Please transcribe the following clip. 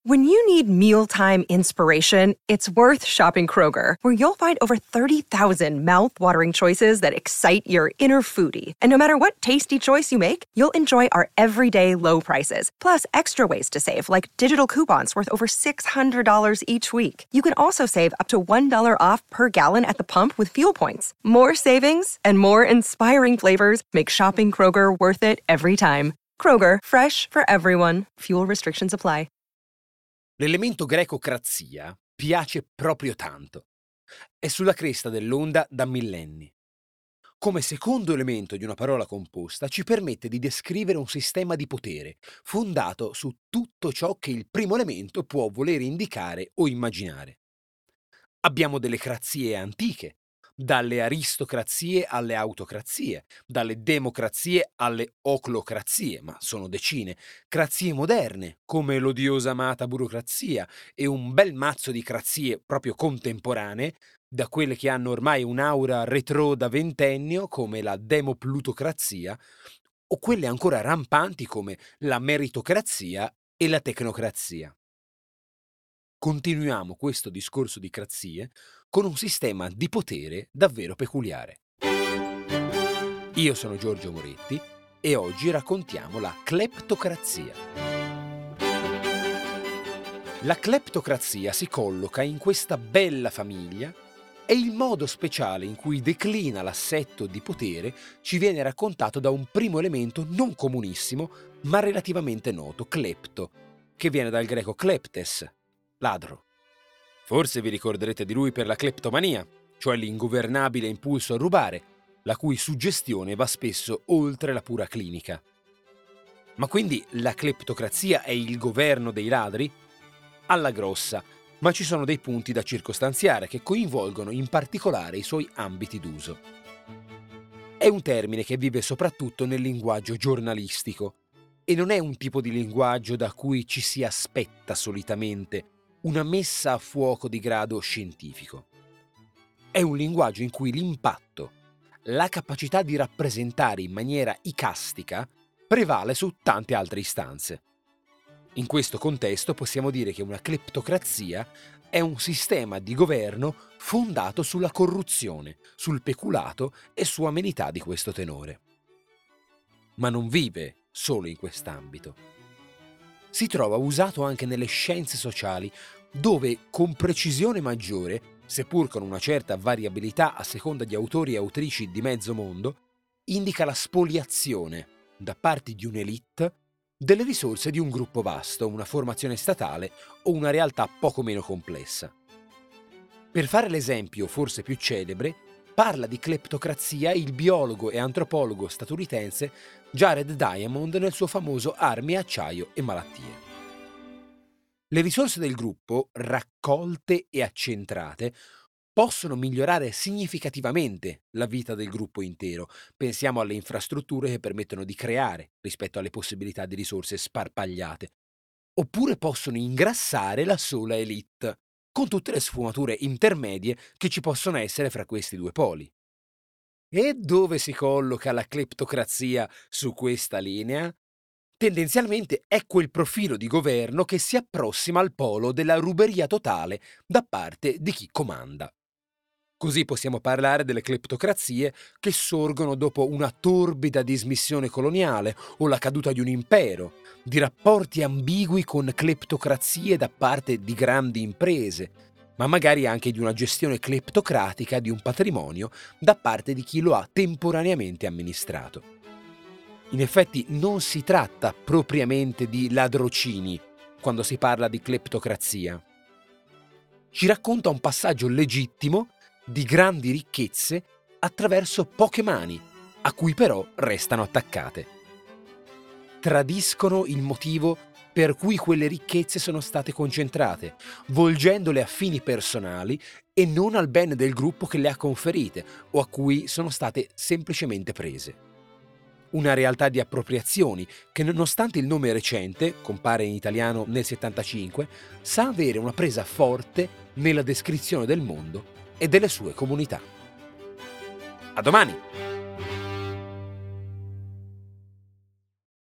When you need mealtime inspiration, it's worth shopping Kroger, where you'll find over 30,000 mouth-watering choices that excite your inner foodie. And no matter what tasty choice you make, you'll enjoy our everyday low prices, plus extra ways to save, like digital coupons worth over $600 each week. You can also save up to $1 off per gallon at the pump with fuel points. More savings and more inspiring flavors make shopping Kroger worth it every time. Kroger, fresh for everyone. Fuel restrictions apply. L'elemento greco crazia piace proprio tanto. È sulla cresta dell'onda da millenni. Come secondo elemento di una parola composta ci permette di descrivere un sistema di potere fondato su tutto ciò che il primo elemento può voler indicare o immaginare. Abbiamo delle crazie antiche, dalle aristocrazie alle autocrazie, dalle democrazie alle oclocrazie, ma sono decine, crazie moderne, come l'odiosa amata burocrazia, e un bel mazzo di crazie proprio contemporanee, da quelle che hanno ormai un'aura retro da ventennio, come la demoplutocrazia, o quelle ancora rampanti come la meritocrazia e la tecnocrazia. Continuiamo questo discorso di crazie con un sistema di potere davvero peculiare. Io sono Giorgio Moretti e oggi raccontiamo la cleptocrazia. La cleptocrazia si colloca in questa bella famiglia e il modo speciale in cui declina l'assetto di potere ci viene raccontato da un primo elemento non comunissimo ma relativamente noto, klepto, che viene dal greco kleptes, ladro. Forse vi ricorderete di lui per la cleptomania, cioè l'ingovernabile impulso a rubare, la cui suggestione va spesso oltre la pura clinica. Ma quindi la cleptocrazia è il governo dei ladri? Alla grossa, ma ci sono dei punti da circostanziare che coinvolgono in particolare i suoi ambiti d'uso. È un termine che vive soprattutto nel linguaggio giornalistico e non è un tipo di linguaggio da cui ci si aspetta solitamente una messa a fuoco di grado scientifico. È un linguaggio in cui l'impatto, la capacità di rappresentare in maniera icastica, prevale su tante altre istanze. In questo contesto possiamo dire che una cleptocrazia è un sistema di governo fondato sulla corruzione, sul peculato e su amenità di questo tenore. Ma non vive solo in quest'ambito. Si trova usato anche nelle scienze sociali, dove con precisione maggiore, seppur con una certa variabilità a seconda di autori e autrici di mezzo mondo, indica la spoliazione, da parte di un'élite, delle risorse di un gruppo vasto, una formazione statale o una realtà poco meno complessa. Per fare l'esempio forse più celebre, parla di cleptocrazia il biologo e antropologo statunitense Jared Diamond nel suo famoso Armi, acciaio e malattie. Le risorse del gruppo, raccolte e accentrate, possono migliorare significativamente la vita del gruppo intero. Pensiamo alle infrastrutture che permettono di creare rispetto alle possibilità di risorse sparpagliate. Oppure possono ingrassare la sola élite, con tutte le sfumature intermedie che ci possono essere fra questi due poli. E dove si colloca la cleptocrazia su questa linea? Tendenzialmente è quel profilo di governo che si approssima al polo della ruberia totale da parte di chi comanda. Così possiamo parlare delle cleptocrazie che sorgono dopo una torbida dismissione coloniale o la caduta di un impero, di rapporti ambigui con cleptocrazie da parte di grandi imprese, ma magari anche di una gestione cleptocratica di un patrimonio da parte di chi lo ha temporaneamente amministrato. In effetti non si tratta propriamente di ladrocini quando si parla di cleptocrazia. Ci racconta un passaggio legittimo di grandi ricchezze attraverso poche mani, a cui però restano attaccate. Tradiscono il motivo per cui quelle ricchezze sono state concentrate, volgendole a fini personali e non al bene del gruppo che le ha conferite o a cui sono state semplicemente prese. Una realtà di appropriazioni che, nonostante il nome recente, compare in italiano nel 75, sa avere una presa forte nella descrizione del mondo e delle sue comunità. A domani!